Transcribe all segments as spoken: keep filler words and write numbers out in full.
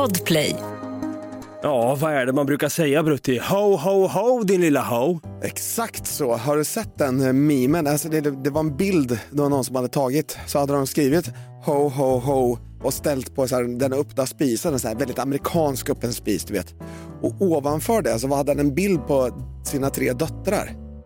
Podplay. Ja, vad är det man brukar säga, Brutti? Ho, ho, ho, din lilla ho. Exakt så. Har du sett den memen? Alltså det, det var en bild då någon som hade tagit. Så hade de skrivit ho, ho, ho och ställt på så här, den öppna spisen. En så här väldigt amerikansk öppen spis, du vet. Och ovanför det så hade han en bild på sina tre döttrar.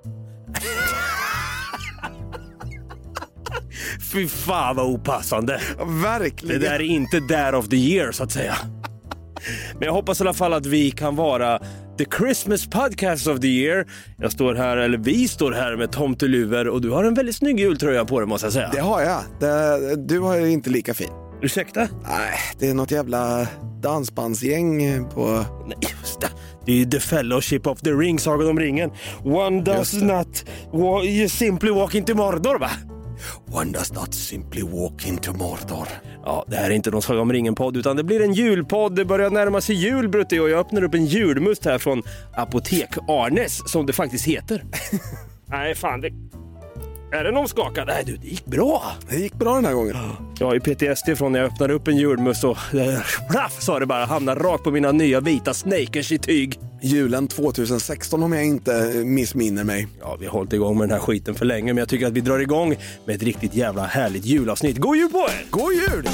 Fy fan vad opassande. Ja, verkligen. Det där är inte Dad of the Year, så att säga. Men jag hoppas i alla fall att vi kan vara The Christmas Podcast of the Year. Jag står här, eller vi står här med tomteluver och du har en väldigt snygg jultröja på dig, måste jag säga. Det har jag. Det, du har ju inte lika fin. Ursäkta? Nej, det är något jävla dansbandsgäng på... Nej, just det. Det är ju The Fellowship of the Ring, Sagan om ringen. One does not wa- simply walk into Mordor, va? One does not simply walk into Mordor. Ja, det här är inte någon Sagan om ringen-podd, utan det blir en julpodd. Det börjar närma sig jul, Brutti, och jag öppnar upp en julmust här från Apotek Arnes, som det faktiskt heter. Nej, fan, det... Är det någon skakad? Nej, du, det gick bra. Det gick bra den här gången. Jag har ju P T S D från när jag öppnade upp en julmust och plaff, sa det bara, hamnar rakt på mina nya vita snakers i tyg. Julen tjugohundrasexton om jag inte missminner mig. Ja, vi har hållit igång med den här skiten för länge, men jag tycker att vi drar igång med ett riktigt jävla härligt julavsnitt. God jul på er! God jul!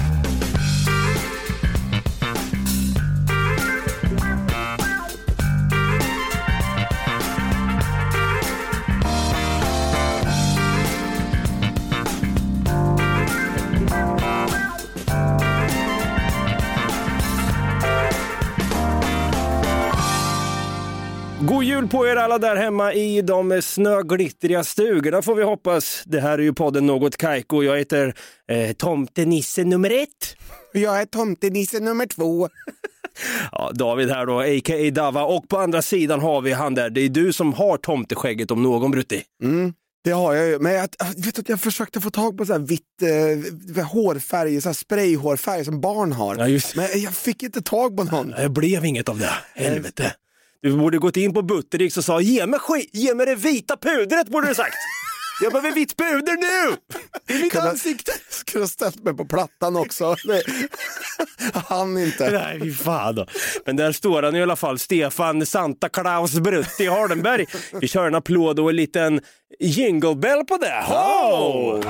God jul på er alla där hemma i de snöglittriga stugorna, får vi hoppas. Det här är ju podden Något Kajko. Jag heter eh, Tomtenisse nummer ett. Jag är Tomtenisse nummer två. Ja, David här då, a k a. Dava. Och på andra sidan har vi han där. Det är du som har tomteskägget om någon, Brutti. Mm, det har jag ju. Men jag, vet att jag försökte få tag på så här vitt eh, hårfärg, så här sprayhårfärg som barn har. Ja, just. Men jag fick inte tag på någon. Det blev inget av det. Helvete. Du borde gått in på Buttericks och sa, ge mig skit, ge mig det vita pudret, borde du sagt. Jag behöver vitt puder nu. Det är mitt Kunde, ansikte. Skulle ha ställt mig på plattan också. Han inte. Nej, fy fan då. Men där står han i alla fall, Stefan Santa Claus Brutti Hardenberg. Vi kör en applåd och en liten jingle bell på det. Oh!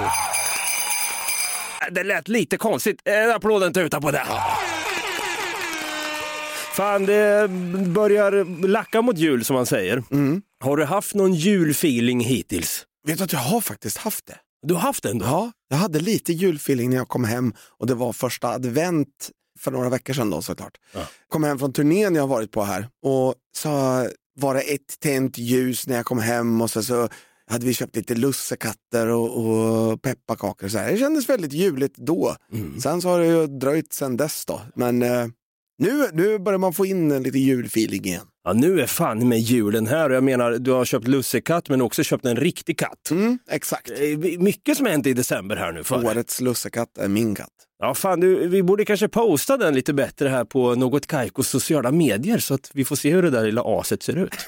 Det lät lite konstigt. En applåd inte utan på det. Fan, det börjar lacka mot jul, som man säger. Mm. Har du haft någon julfeeling hittills? Vet du att jag har faktiskt haft det? Du har haft den då? Ja, jag hade lite julfeeling när jag kom hem. Och det var första advent för några veckor sedan då, såklart. Ja. Kom hem från turnén jag har varit på här. Och så var det ett tänt ljus när jag kom hem. Och så, så hade vi köpt lite lussekatter och, och pepparkakor. Så här. Det kändes väldigt juligt då. Mm. Sen så har det ju dröjt sedan dess då. Men... Eh, Nu, nu börjar man få in lite julfeeling igen. Ja, nu är fan med julen här. Och jag menar, du har köpt lussekatt men också köpt en riktig katt. Mm, exakt. Mycket som hänt i december här nu. För. Årets lussekatt är min katt. Ja, fan, du, vi borde kanske posta den lite bättre här på Något Kajkos sociala medier så att vi får se hur det där lilla aset ser ut.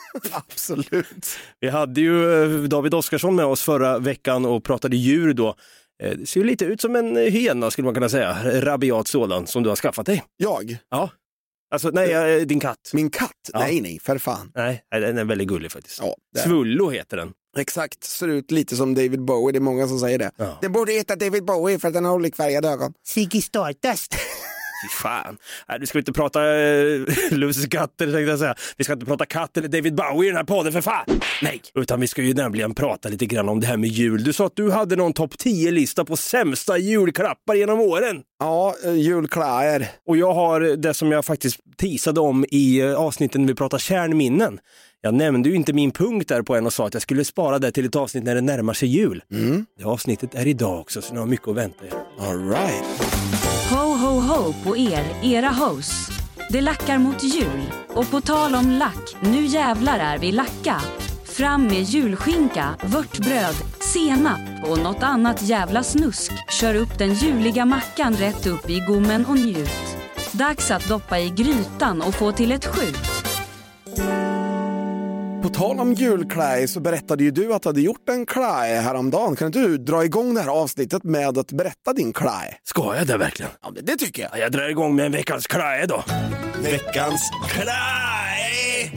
Absolut. Vi hade ju David Oskarsson med oss förra veckan och pratade djur då. Det ser ju lite ut som en hyena, skulle man kunna säga. Rabiat sådan som du har skaffat dig. Jag? Ja. Alltså, nej, din katt. Min katt? Ja. Nej, nej, för fan. Nej, den är väldigt gullig faktiskt. Ja, Svullo heter den. Exakt, ser ut lite som David Bowie. Det är många som säger det. Ja. Den borde heta David Bowie för att den har olikfärgade ögon. Ziggy Stardust. Fy fan. Nej, du ska inte prata äh, lussekatter, tänkte jag säga. Vi ska inte prata katt eller David Bowie i den här podden, för fan. Nej. Utan vi ska ju nämligen prata lite grann om det här med jul. Du sa att du hade någon topp tio-lista på sämsta julklappar genom åren. Ja, julkläder. Och jag har det som jag faktiskt teasade om i avsnitten när vi pratar kärnminnen. Jag nämnde ju inte min punkt där på en och sa att jag skulle spara det till ett avsnitt när det närmar sig jul. Mm. Det avsnittet är idag också, så ni har mycket att vänta er. All right. Ho, ho, ho på er, era hosts. Det lackar mot jul. Och på tal om lack, nu jävlar är vi lacka. Fram med julskinka, vörtbröd, senap och något annat jävla snusk. Kör upp den juliga mackan rätt upp i gommen och njut. Dags att doppa i grytan och få till ett skjut. På tal om julklaj så berättade ju du att du hade gjort en klaj häromdagen. Kan inte du dra igång det här avsnittet med att berätta din klaj? Ska jag det verkligen? Ja, det, det tycker jag. Ja, jag drar igång med en veckans klaj då. Veckans klaj!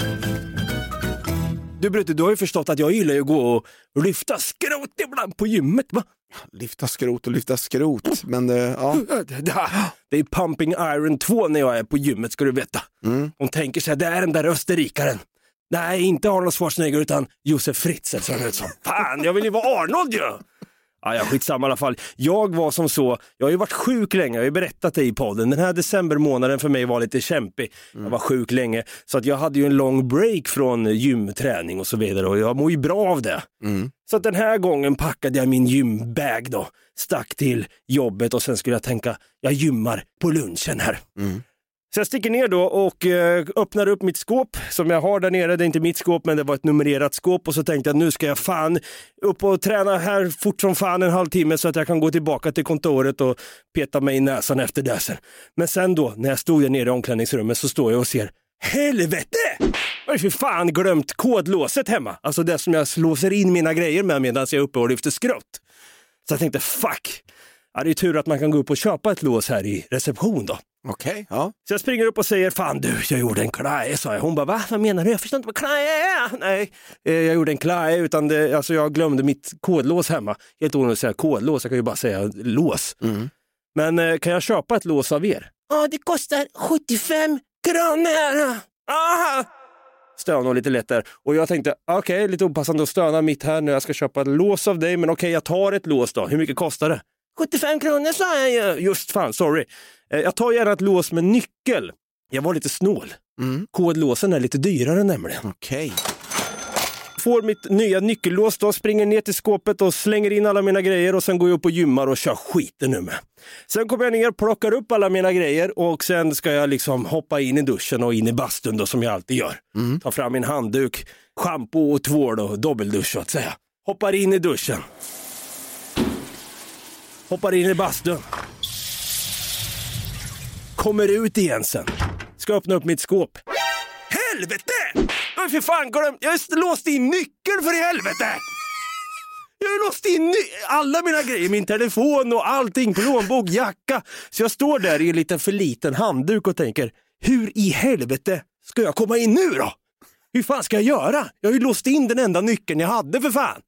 Du Brutte, du har ju förstått att jag gillar ju att gå och lyfta skrot ibland på gymmet, va? Lyfta skrot och lyfta skrot, men det, ja. Det är pumping iron två när jag är på gymmet, ska du veta. Mm. Hon tänker sig, det är den där österrikaren. Nej, inte Arnold Schwarzenegger utan Josef Fritzl. Så han som fan, jag vill ju vara Arnold ju! Ja, jag skitsamma i alla fall. Jag var som så, jag har ju varit sjuk länge, jag har ju berättat det i podden. Den här decembermånaden för mig var lite kämpig. Mm. Jag var sjuk länge, så att jag hade ju en lång break från gymträning och så vidare. Och jag mår ju bra av det. Mm. Så att den här gången packade jag min gymbag då. Stack till jobbet och sen skulle jag tänka, jag gymmar på lunchen här. Mm. Så jag sticker ner då och eh, öppnar upp mitt skåp som jag har där nere. Det är inte mitt skåp, men det var ett numrerat skåp. Och så tänkte jag, nu ska jag fan upp och träna här fort som fan en halvtimme så att jag kan gå tillbaka till kontoret och peta mig i näsan efter det sen. Men sen då, när jag stod där nere i omklädningsrummet så står jag och ser, helvete! Jag har för fan glömt kodlåset hemma. Alltså det som jag låser in mina grejer med medan jag är uppe och lyfter skrott. Så jag tänkte, fuck! Ja, det är tur att man kan gå upp och köpa ett lås här i reception då. Okej, okay, ja. Så jag springer upp och säger, fan du, jag gjorde en klaj, sa jag. Hon bara, va? Vad menar du? Jag förstår inte vad klaj är. Nej, jag gjorde en klaj, utan det, alltså jag glömde mitt kodlås hemma. Helt onödigt att säga kodlås, jag kan ju bara säga lås. Mm. Men kan jag köpa ett lås av er? Ja, det kostar sjuttiofem kronor. Aha! Stöna lite lätt där. Och jag tänkte, okej, okay, lite opassande att stöna mitt här när jag ska köpa ett lås av dig. Men okej, okay, jag tar ett lås då. Hur mycket kostar det? sjuttiofem kronor, sa jag ju. Just fan, sorry. Jag tar gärna ett lås med nyckel. Jag var lite snål. Mm. Kodlåsen är lite dyrare nämligen. Okej. Okay. Får mitt nya nyckellås då, springer ner till skåpet och slänger in alla mina grejer och sen går jag upp och gymmar och kör skiten nu med. Sen kommer jag ner, plockar upp alla mina grejer och sen ska jag liksom hoppa in i duschen och in i bastun då, som jag alltid gör. Mm. Ta fram min handduk, shampoo och tvål och dobbeldusch så att säga. Hoppar in i duschen. Hoppar in i bastun. Kommer ut igen sen. Ska öppna upp mitt skåp. Helvete! Jag har för fan glömt. Jag har låst in nyckeln för i helvete. Jag har låst in ny- alla mina grejer. Min telefon och allting. Plånbok, jacka. Så jag står där i en liten för liten handduk och tänker, hur i helvete ska jag komma in nu då? Hur fan ska jag göra? Jag har ju låst in den enda nyckeln jag hade för fan.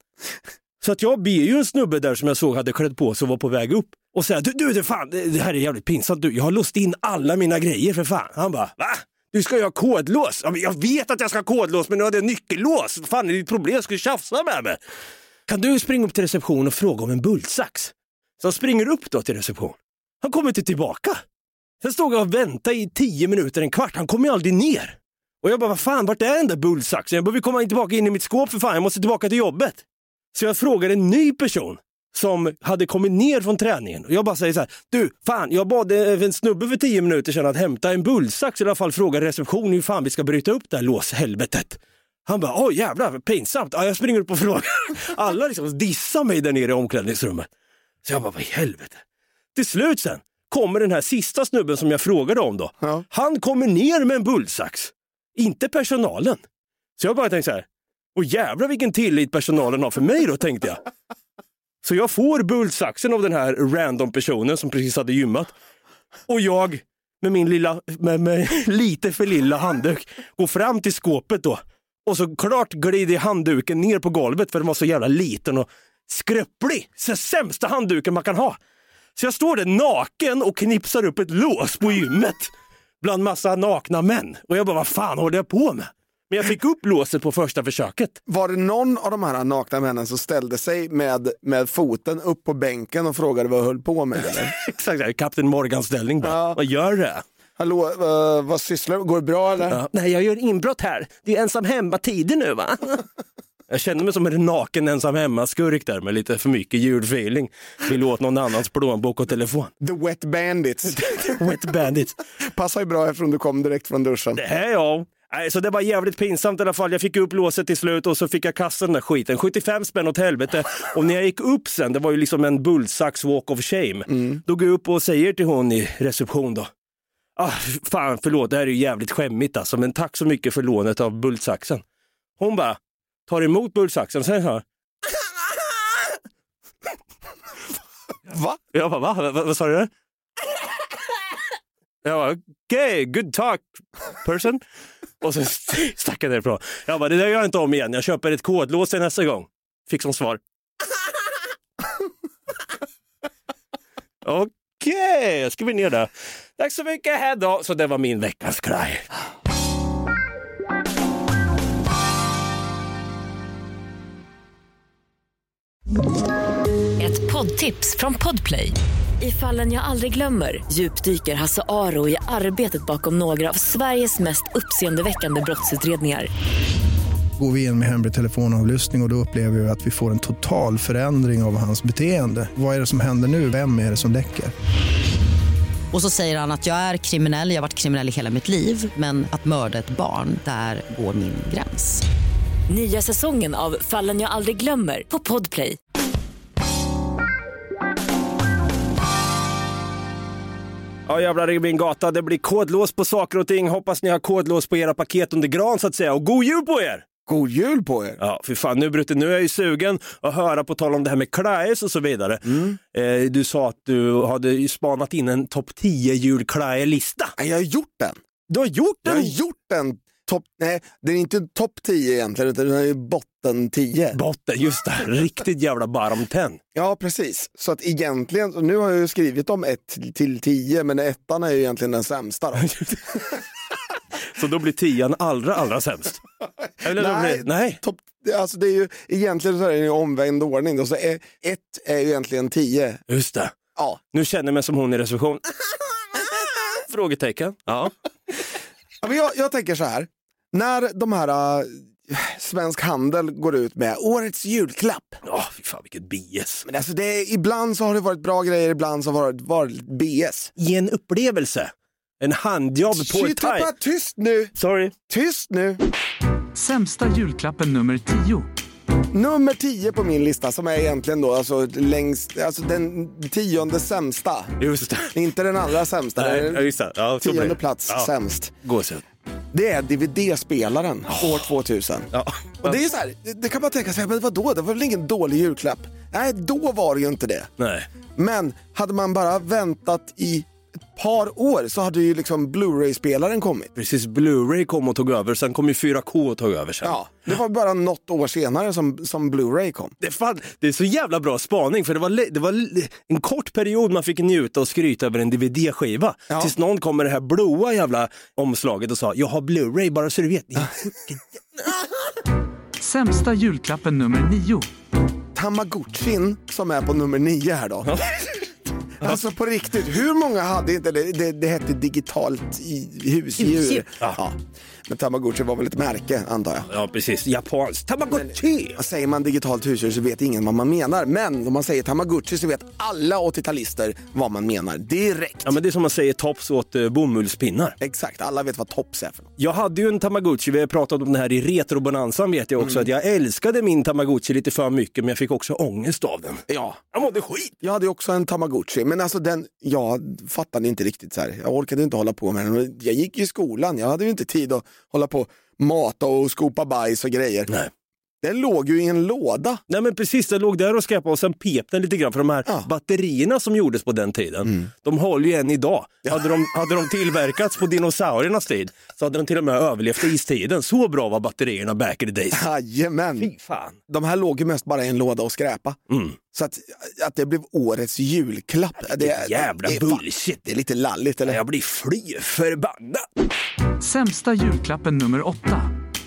Så att jag ber ju en snubbe där som jag såg hade klätt på sig och var på väg upp. Och säger, du, du det fan, det här är jävligt pinsamt. Du, jag har låst in alla mina grejer för fan. Han bara, va? Du ska ju ha kodlås. Ja, men jag vet att jag ska ha kodlås, men nu har det nyckellås. Fan, är det ett problem? Jag skulle tjafsa med mig. Kan du springa upp till reception och fråga om en bultsax? Så han springer upp då till reception. Han kommer inte tillbaka. Sen stod jag och väntade i tio minuter, en kvart. Han kommer ju aldrig ner. Och jag bara, vad fan, vart är den där bultsaxen? Jag behöver komma tillbaka in i mitt skåp för fan. Jag måste tillbaka till jobbet. Så jag frågar en ny person som hade kommit ner från träningen. Och jag bara säger så här, du, fan, jag bad en snubbe för tio minuter sedan att hämta en bullsax. I alla fall fråga receptionen hur fan vi ska bryta upp det här låshelvetet. Han bara, åh jävlar, pinsamt. Ja, jag springer upp och frågar. Alla liksom dissar mig där nere i omklädningsrummet. Så jag bara, vad i helvete. Till slut sen kommer den här sista snubben som jag frågade om då. Ja. Han kommer ner med en bullsax. Inte personalen. Så jag bara tänkte så här, och jävlar vilken tillit personalen har för mig då, tänkte jag. Så jag får bullsaxen av den här random personen som precis hade gymmat. Och jag med min lilla, med, med lite för lilla handduk går fram till skåpet då. Och så klart glider handduken ner på golvet för den var så jävla liten och skröplig. Så sämsta handduken man kan ha. Så jag står där naken och knipsar upp ett lås på gymmet. Bland massa nakna män. Och jag bara, vad fan håller jag på med? Men jag fick upp låset på första försöket. Var det någon av de här nakna männen som ställde sig med, med foten upp på bänken och frågade vad jag höll på med? Eller? Exakt, Kapten Morgan-ställning. Ja. Vad gör det? Hallå, uh, vad sysslar du? Går det bra eller? Ja. Nej, jag gör inbrott här. Det är ensam hemma-tider nu, va? Jag kände mig som en naken ensam hemma-skurk där med lite för mycket ljudfeeling. Vill åt någon annans plånbok och telefon. The Wet Bandits. The Wet Bandits. Passar ju bra eftersom du kom direkt från duschen. Det är jag. Nej, så det var jävligt pinsamt i alla fall. Jag fick upp låset till slut och så fick jag kasta den där skiten. sjuttiofem spänn åt helvete. Och när jag gick upp sen, det var ju liksom en bullsax walk of shame. Mm. Då går jag upp och säger till hon i reception då. Ah, fan förlåt, det här är ju jävligt skämmigt alltså. Men tack så mycket för lånet av bullsaxen. Hon bara tar emot bullsaxen och säger så här. Va? Jag bara, va? Vad, vad sa du? Jag bara, okej, okay, good talk person. Och så stack jag därifrån. Jag bara, det där gör jag inte om igen. Jag köper ett kodlås till nästa gång. Fick som svar. Okej, okay, jag ska bli ner där. Tack så mycket, här då. Så det var min veckans kraj. Ett poddtips från Podplay. I Fallen jag aldrig glömmer djupdyker Hasse Aro i arbetet bakom några av Sveriges mest uppseendeväckande brottsutredningar. Går vi in med hemlig telefonavlyssning och, och då upplever vi att vi får en total förändring av hans beteende. Vad är det som händer nu? Vem är det som läcker? Och så säger han att jag är kriminell, jag har varit kriminell i hela mitt liv. Men att mörda ett barn, där går min gräns. Nya säsongen av Fallen jag aldrig glömmer på Podplay. Ja jävlar i min gata, det blir kodlås på saker och ting. Hoppas ni har kodlås på era paket under gran så att säga. Och god jul på er! God jul på er! Ja, för fan, nu, Brutte, nu är jag ju sugen att höra på tal om det här med Klaes och så vidare. Mm. Eh, du sa att du hade spanat in en topp tio julklae-lista. Jag har gjort den. Du har gjort den? Jag har gjort den. Top, nej, det är inte topp tio egentligen, utan det är botten tio. Botten, just det. Riktigt jävla bottom ten. Ja, precis. Så att egentligen, nu har jag ju skrivit om ett till tio, men ettan är ju egentligen den sämsta då. Så då blir tian allra, allra sämst? Eller nej, blir, nej. Top, alltså det är ju egentligen så är det en omvänd ordning då. Så är, ett är ju egentligen tio. Just det. Ja. Nu känner jag mig som hon i reception. Frågetecken. Ja. Ja, men jag, jag tänker så här. När de här äh, Svensk Handel går ut med årets julklapp. Ja, oh, fy fan vilket B S. Men alltså det är, ibland så har det varit bra grejer, ibland så har det varit B S. I en upplevelse. En handjobb på ett taj. Tyst nu. Sorry. Tyst nu. Sämsta julklappen nummer tio. Nummer tio på min lista som är egentligen då alltså längst, alltså den tionde sämsta. Just det. Inte den allra sämsta. Nej, det är den just det. Ja, tionde plats ja. sämst. Gåshud. Det är D V D-spelaren oh. år tvåtusen. Ja. Och det är så här, det, det kan man tänka sig, men vadå? Det var väl ingen dålig julklapp? Nej, då var det ju inte det. Nej. Men hade man bara väntat i ett par år så hade ju liksom Blu-ray-spelaren kommit. Precis, Blu-ray kom och tog över, sen kom ju fyra K och tog över sen. Ja, det var bara något år senare som, som Blu-ray kom. Det, fan, det är så jävla bra spaning, för det var, det var en kort period man fick njuta och skryta över en D V D-skiva. Ja. Tills någon kom med det här blåa jävla omslaget och sa, jag har Blu-ray bara så du vet. Sämsta julklappen nummer nio. Tamagotchin som är på nummer nio här då. Alltså på riktigt, hur många hade inte det? Det, det hette digitalt i husdjur. Ja. Ja. Men Tamagotchi var väl ett märke, antar jag. Ja, precis. Japanskt. Tamagotchi! Men, säger man digitalt husdjur så vet ingen vad man menar. Men om man säger Tamagotchi så vet alla åttio-talister vad man menar. Direkt. Ja, men det är som man säger tops åt uh, bomullspinnar. Exakt, alla vet vad tops är för något. Jag hade ju en Tamagotchi, vi har pratat om det här i Retrobonanzan, vet jag också. Mm. Att jag älskade min Tamagotchi lite för mycket, men jag fick också ångest av den. Ja. Jag mådde skit. Jag hade också en Tamagotchi, men alltså den, jag fattade inte riktigt så här. Jag orkade inte hålla på med den. Jag gick i skolan, jag hade ju inte tid att hålla på mata och skopa bajs och grejer. Nej. Den låg ju i en låda. Nej men precis, den låg där och skräpade och sen pep den lite grann. För de här ja. batterierna som gjordes på den tiden, mm. de håller ju än idag. Ja. Hade, de, hade de tillverkats på dinosauriernas tid så hade de till och med överlevt istiden. Så bra var batterierna back in the days. Jajamän. Fy fan. De här låg ju mest bara i en låda och skräpa. Mm. Så att, att det blev årets julklapp. Det, det är jävla det är bullshit. Det är lite lalligt, eller? Jag blir fly förbannad. Sämsta julklappen nummer åtta.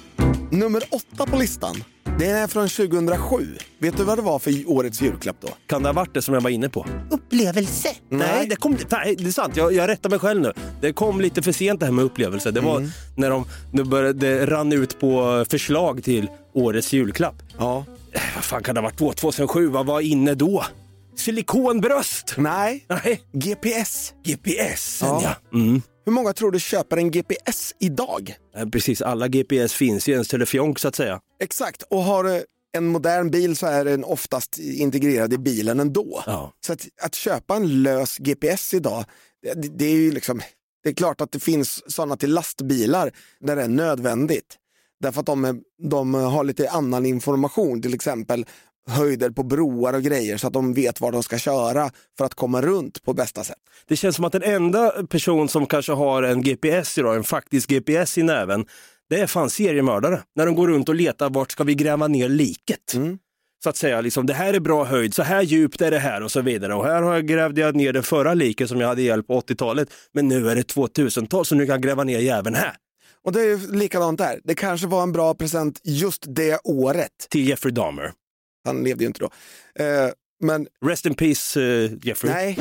Nummer åtta på listan. Det är från tjugohundrasju. Vet du vad det var för årets julklapp då? Kan det ha varit det som jag var inne på? Upplevelse. Nej, nej det, kom, nej det är sant. Jag, jag rättar mig själv nu. Det kom lite för sent det här med upplevelse. Det var mm. när de nu började, det rann ut på förslag till årets julklapp. Ja. Vad fan kan det ha varit? tvåtusensju, vad var inne då? Silikonbröst? Nej. Nej. G P S. G P S, ja. ja. Mm. Hur många tror du köper en G P S idag? Ja, precis, alla G P S finns i ens telefon så att säga. Exakt, och har du en modern bil så är den oftast integrerad i bilen ändå. Ja. Så att, att köpa en lös G P S idag, det, det är ju liksom, det är klart att det finns sådana till lastbilar där det är nödvändigt. Därför att de, är, de har lite annan information, till exempel höjder på broar och grejer, så att de vet var de ska köra för att komma runt på bästa sätt. Det känns som att den enda person som kanske har en G P S idag, en faktisk G P S i näven, det är fan seriemördare. När de går runt och letar vart ska vi gräva ner liket. Mm. Så att säga, liksom, det här är bra höjd, så här djupt är det här och så vidare. Och här har jag grävt jag ner det förra liket som jag hade hjälp på åttiotalet. Men nu är det tvåtusental, så nu kan jag gräva ner jäveln här. Och det är ju likadant där. Det kanske var en bra present just det året. Till Jeffrey Dahmer. Han levde ju inte då. Eh, men... Rest in peace, uh, Jeffrey. Nej.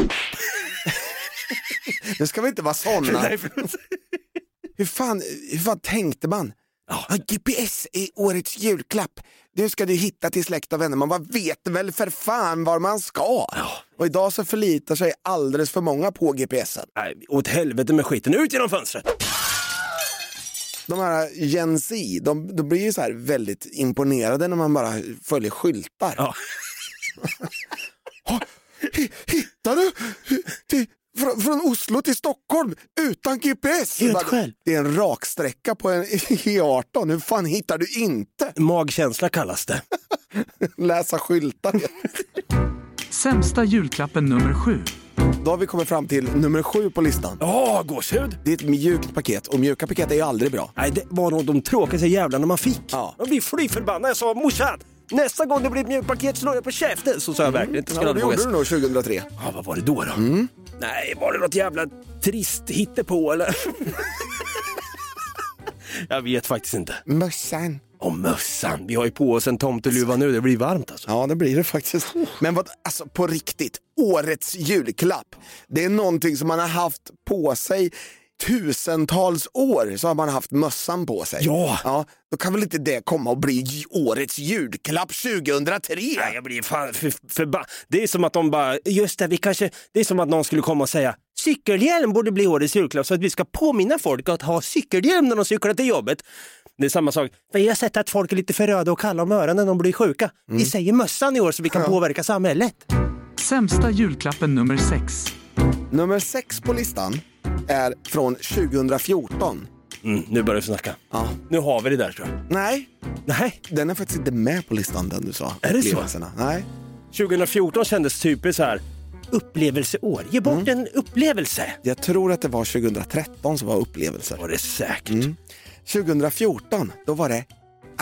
Det ska väl inte vara sådana. hur, fan, hur fan tänkte man? Oh. G P S är årets julklapp. Nu ska du hitta till släkt och vänner. Man bara vet väl för fan var man ska. Oh. Och idag så förlitar sig alldeles för många på G P S-en. Nej, åt helvete med skiten. Ut genom fönstret. De här Gen Z, de, de blir ju så här väldigt imponerade när man bara följer skyltar. Ja. Hittar du till, från, från Oslo till Stockholm utan G P S? Helt själv. Det är en raksträcka på en E arton. Hur fan hittar du inte? Magkänsla kallas det. Läsa skyltar. Sämsta julklappen nummer sju. Då har vi kommit fram till nummer sju på listan. Ja, oh, gåshud. Det är ett mjukt paket, och mjuka paket är ju aldrig bra. Nej, det var nog de tråkigaste jävlarna man fick. Ja. Jag blir fly förbannad. Jag sa, morsan, nästa gång det blir ett mjukt paket slår jag på käften. Så sa jag verkligen inte. Ja, det gjorde du nog tjugohundratre. Ja, vad var det då då? Mm. Nej, var det något jävla trist hittepå eller? Jag vet faktiskt inte. Mössan. Och mössan. Vi har ju på oss en tomteluva nu. Det blir varmt alltså. Ja, det blir det faktiskt. Men vad, alltså på riktigt, årets julklapp. Det är någonting som man har haft på sig tusentals år, så har man haft mössan på sig. Ja. Ja, då kan väl inte det komma och bli årets julklapp tjugohundratre? Nej, jag blir fan för, för, för, det är som att de bara, just det, vi kanske, det är som att någon skulle komma och säga, cykelhjälm borde bli årets julklapp, så att vi ska påminna folk att ha cykelhjälm när de cyklar till jobbet. Det är samma sak. Men jag har sett att folk är lite för röda och kalla om öronen när de blir sjuka. Mm. Vi säger mössan i år så vi kan ja. påverka samhället. Sämsta julklappen nummer sex. Nummer sex på listan är från tjugohundrafjorton. Mm, nu börjar vi snacka. Ja. Nu har vi det där, tror jag. Nej. Nej. Den är faktiskt inte med på listan, den du sa. Är det så? Nej. tjugohundrafjorton kändes typiskt så här upplevelseår. Ge bort mm. en upplevelse. Jag tror att det var tjugohundratretton som var upplevelser. Var det säkert. Mm. tjugohundrafjorton, då var det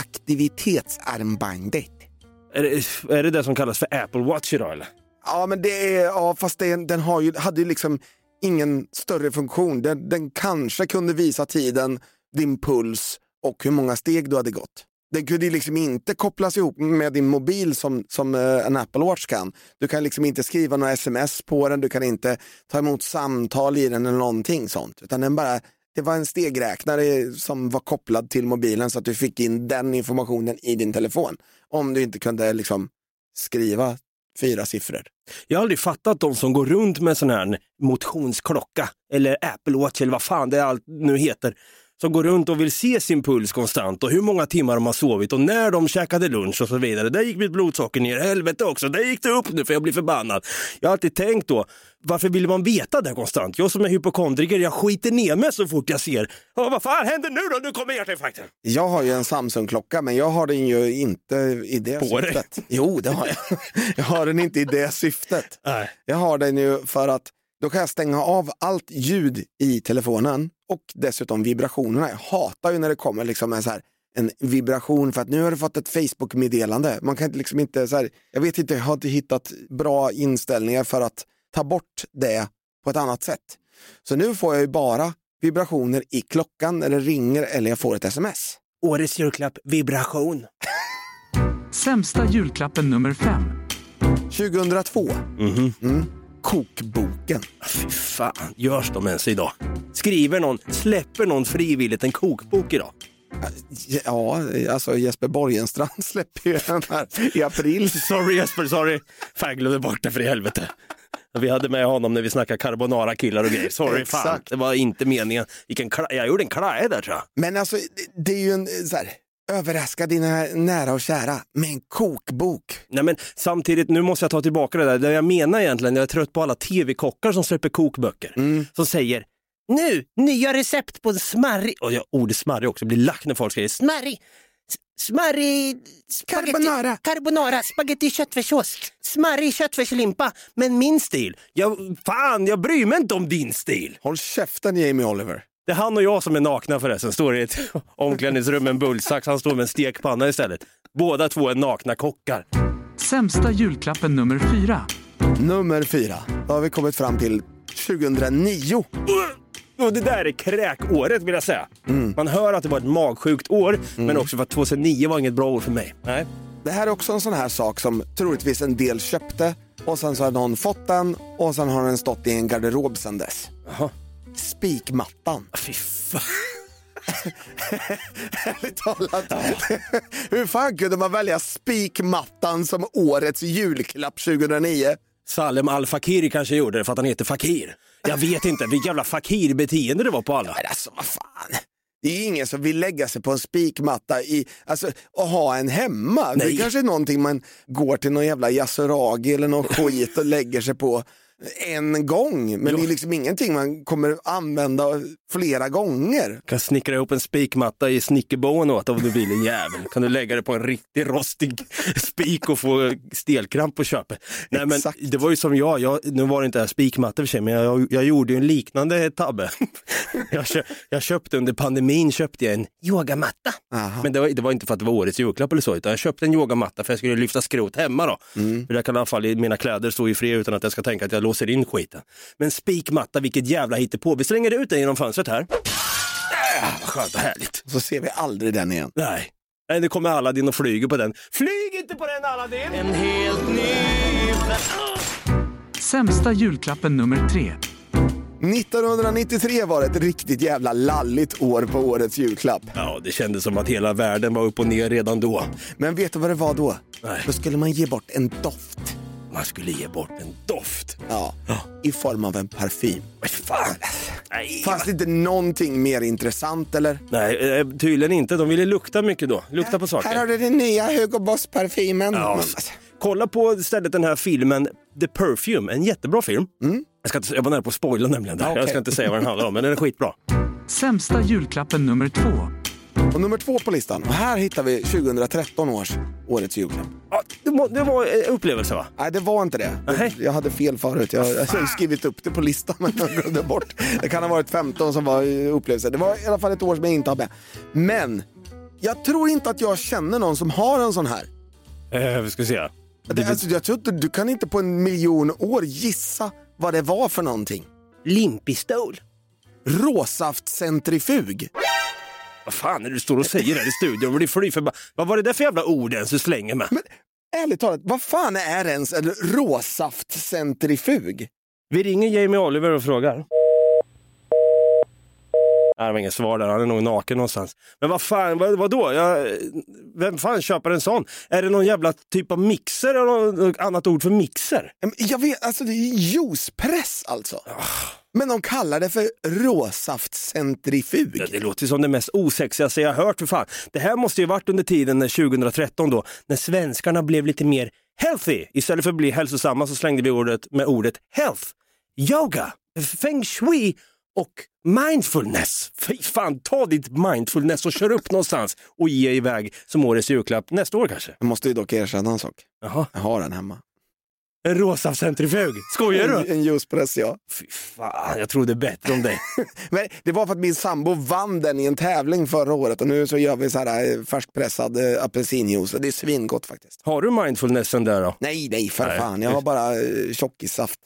aktivitetsarmbandet. Är det, är det det som kallas för Apple Watch idag, eller? Ja, men det är, ja, fast det, den har ju, hade ju liksom ingen större funktion. Den, den kanske kunde visa tiden, din puls och hur många steg du hade gått. Den kunde ju liksom inte kopplas ihop med din mobil som, som en Apple Watch kan. Du kan liksom inte skriva några sms på den, du kan inte ta emot samtal i den eller någonting sånt. Utan den bara, det var en stegräknare som var kopplad till mobilen så att du fick in den informationen i din telefon. Om du inte kunde liksom skriva fyra siffror. Jag har aldrig fattat de som går runt med sån här motionsklocka eller Apple Watch eller vad fan det allt nu heter. Som går runt och vill se sin puls konstant och hur många timmar de har sovit och när de käkade lunch och så vidare. Där gick mitt blodsocker ner, helvete också. Där gick det upp nu för jag blir förbannad. Jag har alltid tänkt då, varför vill man veta det konstant? Jag som är hypokondriker, jag skiter ner mig så fort jag ser. Åh, vad fan händer nu då? Nu kommer hjärtinfarkten. Jag har ju en Samsung-klocka, men jag har den ju inte i det På syftet. Det? Jo, det har jag. Jag har den inte i det syftet. Nej. Jag har den ju för att då kan jag stänga av allt ljud i telefonen och dessutom vibrationerna. Jag hatar ju när det kommer liksom en, så här, en vibration för att nu har du fått ett Facebook-meddelande. Man kan liksom inte, så här, jag vet inte, jag har inte hittat bra inställningar för att ta bort det på ett annat sätt. Så nu får jag ju bara vibrationer i klockan när det ringer eller jag får ett sms. Årets julklapp, vibration. Sämsta julklappen nummer fem. tjugohundratvå. Mhm. Mm. Kokboken. Fy fan, görs de ens idag? Skriver någon, släpper någon frivilligt en kokbok idag? Ja, alltså Jesper Borgenstrand släpper ju den här i april. Sorry Jesper, sorry. Fan, jag glömde bort det för i helvete. Vi hade med honom när vi snackade carbonara killar och grejer. Sorry, fan. Exakt. Det var inte meningen. Vilken kla- jag gjorde en klaje där, tror jag. Men alltså, det, det är ju en så här, överraska dina nära och kära med en kokbok. Nej, men samtidigt, nu måste jag ta tillbaka det där. Det jag menar egentligen, jag är trött på alla tv-kockar som släpper kokböcker. Mm. Som säger, Nu, nya recept på smarrig. Och jag ordet smarrig också blir lack när folk säger smarrig. Smarrig spaghetti, Carbonara. carbonara, spaghetti köttfärssås, smarrig köttfärslimpa. Men min stil, jag, fan jag bryr mig inte om din stil. Håll käften Jamie Oliver. Det är han och jag som är nakna förresten, står i ett omklädningsrum med en bullsax, han står med en stekpanna istället. Båda två är nakna kockar. Sämsta julklappen nummer fyra. Nummer fyra. Då har vi kommit fram till tjugohundranio. Och det där är kräkåret vill jag säga. Mm. Man hör att det var ett magsjukt år, mm. men också för att tjugohundranio var inget bra år för mig. Nej. Det här är också en sån här sak som troligtvis en del köpte och sen så har någon fått den och sen har den stått i en garderob sedan dess. Jaha. Spikmattan. Fy fan. Ärligt talat. Ja. Hur fan kunde man välja spikmattan som årets julklapp tjugohundranio? Salem Al-Fakir kanske gjorde det för att han heter Fakir. Jag vet inte, vilket jävla fakirbeteende det var på alla. Men alltså, vad fan. Det är ju ingen som vill lägga sig på en spikmatta i, alltså, och ha en hemma. Nej. Det kanske är någonting man går till någon jävla yasuragi eller någon skit och lägger sig på en gång. Men jo. Det är liksom ingenting man kommer använda flera gånger. Kan snickra ihop en spikmatta i snickerboen åt om du vill en jävel. Kan du lägga det på en riktigt rostig spik och få stelkramp på köpet. Nej, men det var ju som jag, jag nu var det inte en spikmatta för sig, men jag, jag gjorde ju en liknande tabbe. jag, köp, jag köpte under pandemin köpte jag en yogamatta. Aha. Men det var, det var inte för att det var årets julklapp eller så, utan jag köpte en yogamatta för jag skulle lyfta skrot hemma då. Mm. För jag kan i alla fall i mina kläder stå i fred utan att jag ska tänka att jag låser in skiten. Men spikmatta, vilket jävla hittepå. Vi slänger ut den genom fönstret här. Äh, vad skönt och härligt. Så ser vi aldrig den igen. Nej. Nej, det kommer Aladdin och flyger på den. Flyg inte på den, Aladdin! En helt ny... Sämsta julklappen nummer tre. nittonhundranittiotre var ett riktigt jävla lalligt år på årets julklapp. Ja, det kändes som att hela världen var upp och ner redan då. Men vet du vad det var då? Nej. Då skulle man ge bort en doft. Man skulle ge bort en doft. Ja, ja. I form av en parfym. Vad fan? Nej. Fanns det inte någonting mer intressant eller? Nej, tydligen inte. De ville lukta mycket då. Lukta på saker. Här har du den nya Hugo Boss-parfymen. Ja. Kolla på istället den här filmen The Perfume. En jättebra film. Mm. Jag, ska inte, jag var nära på att spoila nämligen där. Ja, okay. Jag ska inte säga vad den handlar om, men den är skitbra. Sämsta julklappen nummer två. Och nummer två på listan. Och här hittar vi tjugohundratretton års årets julklapp. Ja, det, var, det var en upplevelse, va? Nej, det var inte det. Nej. Jag hade fel förut. Jag, jag har skrivit upp det på listan, men jag glömde bort. Det kan ha varit femton som var upplevelse. Det var i alla fall ett år som jag inte har med. Men jag tror inte att jag känner någon som har en sån här. Eh, vi ska se. Det, alltså, jag tror inte, du kan inte på en miljon år gissa vad det var för någonting. Limpistol. Råsaftcentrifug. Vad fan är det du står och säger här i studion? Vad, för, för, vad var det där för jävla ord ens du slänger med? Men ärligt talat, vad fan är ens en råsaftcentrifug? Vi ringer Jamie Oliver och frågar. Nej, det var ingen svar där, han är nog naken någonstans. Men vad fan, vad, vad då? Jag, vem fan köper en sån? Är det någon jävla typ av mixer eller något annat ord för mixer? Jag vet, alltså det är juicepress alltså. Oh. Men de kallar det för råsaftcentrifug. Ja, det låter som det mest osexigaste jag har hört för fan. Det här måste ju varit under tiden tjugohundratretton då, när svenskarna blev lite mer healthy. Istället för att bli hälsosamma så slängde vi ordet med ordet health. Yoga, feng shui och mindfulness. Fy fan, ta ditt mindfulness och kör upp någonstans och ge iväg som årets julklapp nästa år kanske. Jag måste ju dock erkänna en sak. Jaha. Jag har den hemma. En rosa-centrifug. Skojar du? En, en juicepress, ja. Fy fan, jag trodde bättre om dig. Men det var för att min sambo vann den i en tävling förra året och nu så gör vi så här färskpressad äh, apelsinjuice och det är svingott faktiskt. Har du mindfulnessen där då? Nej, nej för nej. fan. Jag har bara äh, tjockissaft.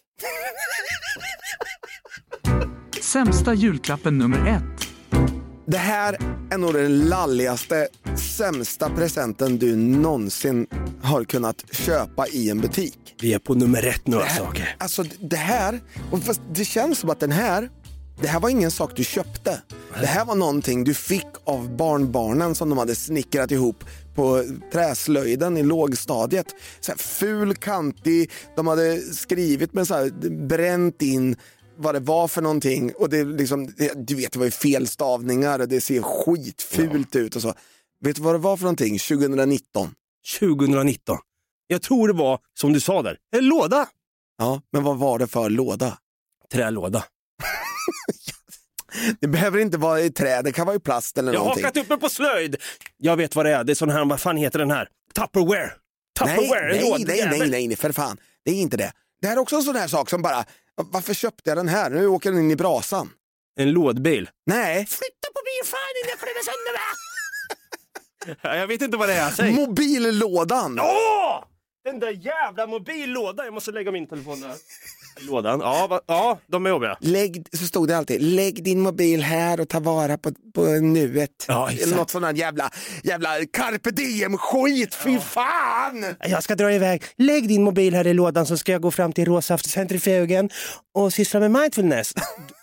Sämsta julklappen nummer ett. Det här är nog den lalligaste, sämsta presenten du någonsin har kunnat köpa i en butik. Vi är på nummer ett några det här, saker. Alltså det här, och fast det känns som att den här, det här var ingen sak du köpte. Det här var någonting du fick av barnbarnen som de hade snickrat ihop på träslöjden i lågstadiet. Så här ful, kantig, de hade skrivit med så här, bränt in vad det var för någonting och det liksom, det, du vet det var ju felstavningar och det ser skitfult ja. ut och så. Vet du vad det var för någonting tjugohundranitton? tjugohundranitton. Jag tror det var, som du sa där, en låda. Ja, men vad var det för låda? Trälåda. Det behöver inte vara i trä, det kan vara i plast eller Jag har någonting. hakat upp mig på slöjd. Jag vet vad det är. Det är sån här, vad fan heter den här? Tupperware. Nej, Tupperware. nej, låd, nej, nej, nej, nej, för fan. Det är inte det. Det här är också en sån här sak som bara, varför köpte jag den här? Nu åker den in i brasan. En lådbil. Nej. Flytta på bilfan innan för det är sönder, va? Jag vet inte vad det är. Säg. Mobillådan. Åh! Den där jävla mobillådan. Jag måste lägga min telefon där. I lådan. Ja, va? Ja, de är jobbiga. Lägg, så stod det alltid, lägg din mobil här och ta vara på, på nuet. Ja, exakt. Eller något sån här jävla, jävla carpe diem-skit, fy fan! Jag ska dra iväg. Lägg din mobil här i lådan så ska jag gå fram till råsaftcentrifugen och syssla med mindfulness.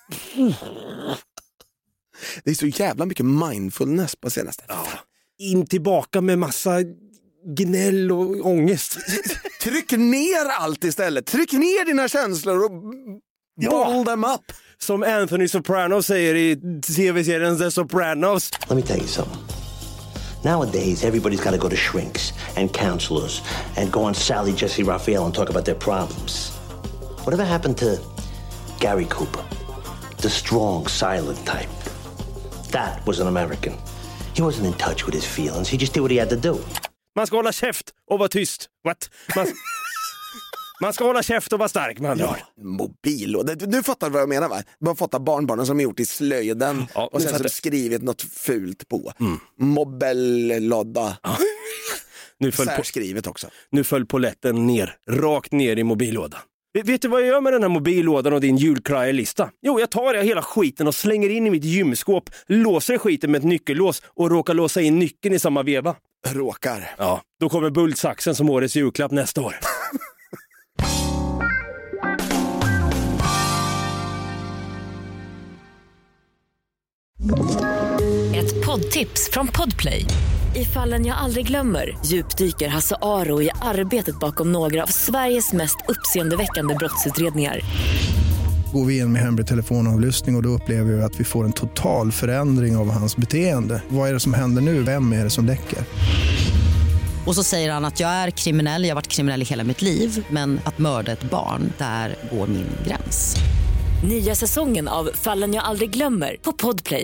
Det är så jävla mycket mindfulness på senaste. Ja. In tillbaka med massa gnäll och ångest. Tryck ner allt istället. Tryck ner dina känslor och Ja. ball them up. Som Anthony Soprano säger i tv-serien The Sopranos. Let me tell you something. Nowadays, everybody's got to go to shrinks and counselors and go on Sally Jesse Raphael and talk about their problems. Whatever happened to Gary Cooper? The strong, silent type. That was an American. He wasn't in touch with his feelings. He just did what he had to do. Man ska hålla käft och vara tyst. What? Man, man ska hålla käft och vara stark, man. Ja, mobil. Och det, du fattar vad jag menar, va? Man fattar barnbarnen som är gjort i slöjden Ja, och sen fattar. så skrivit något fult på. Mm. Mobbellodda. Ja. Nu föll, på, Särskrivet också. nu föll poletten ner, rakt ner i mobillådan. Vet du vad jag gör med den här mobillådan och din julkrajelista? Jo, jag tar jag hela skiten och slänger in i mitt gymskåp, låser skiten med ett nyckellås och råkar låsa in nyckeln i samma veva. Råkar. Ja, då kommer bultsaxen som årets julklapp nästa år. Ett poddtips från Podplay. I Fallen jag aldrig glömmer djupdyker Hasse Aro i arbetet bakom några av Sveriges mest uppseendeväckande brottsutredningar. Går vi in med hemlig telefonavlyssning och, och då upplever vi att vi får en total förändring av hans beteende. Vad är det som händer nu? Vem är det som läcker? Och så säger han att jag är kriminell, jag har varit kriminell i hela mitt liv. Men att mörda ett barn, där går min gräns. Nya säsongen av Fallen jag aldrig glömmer på Podplay.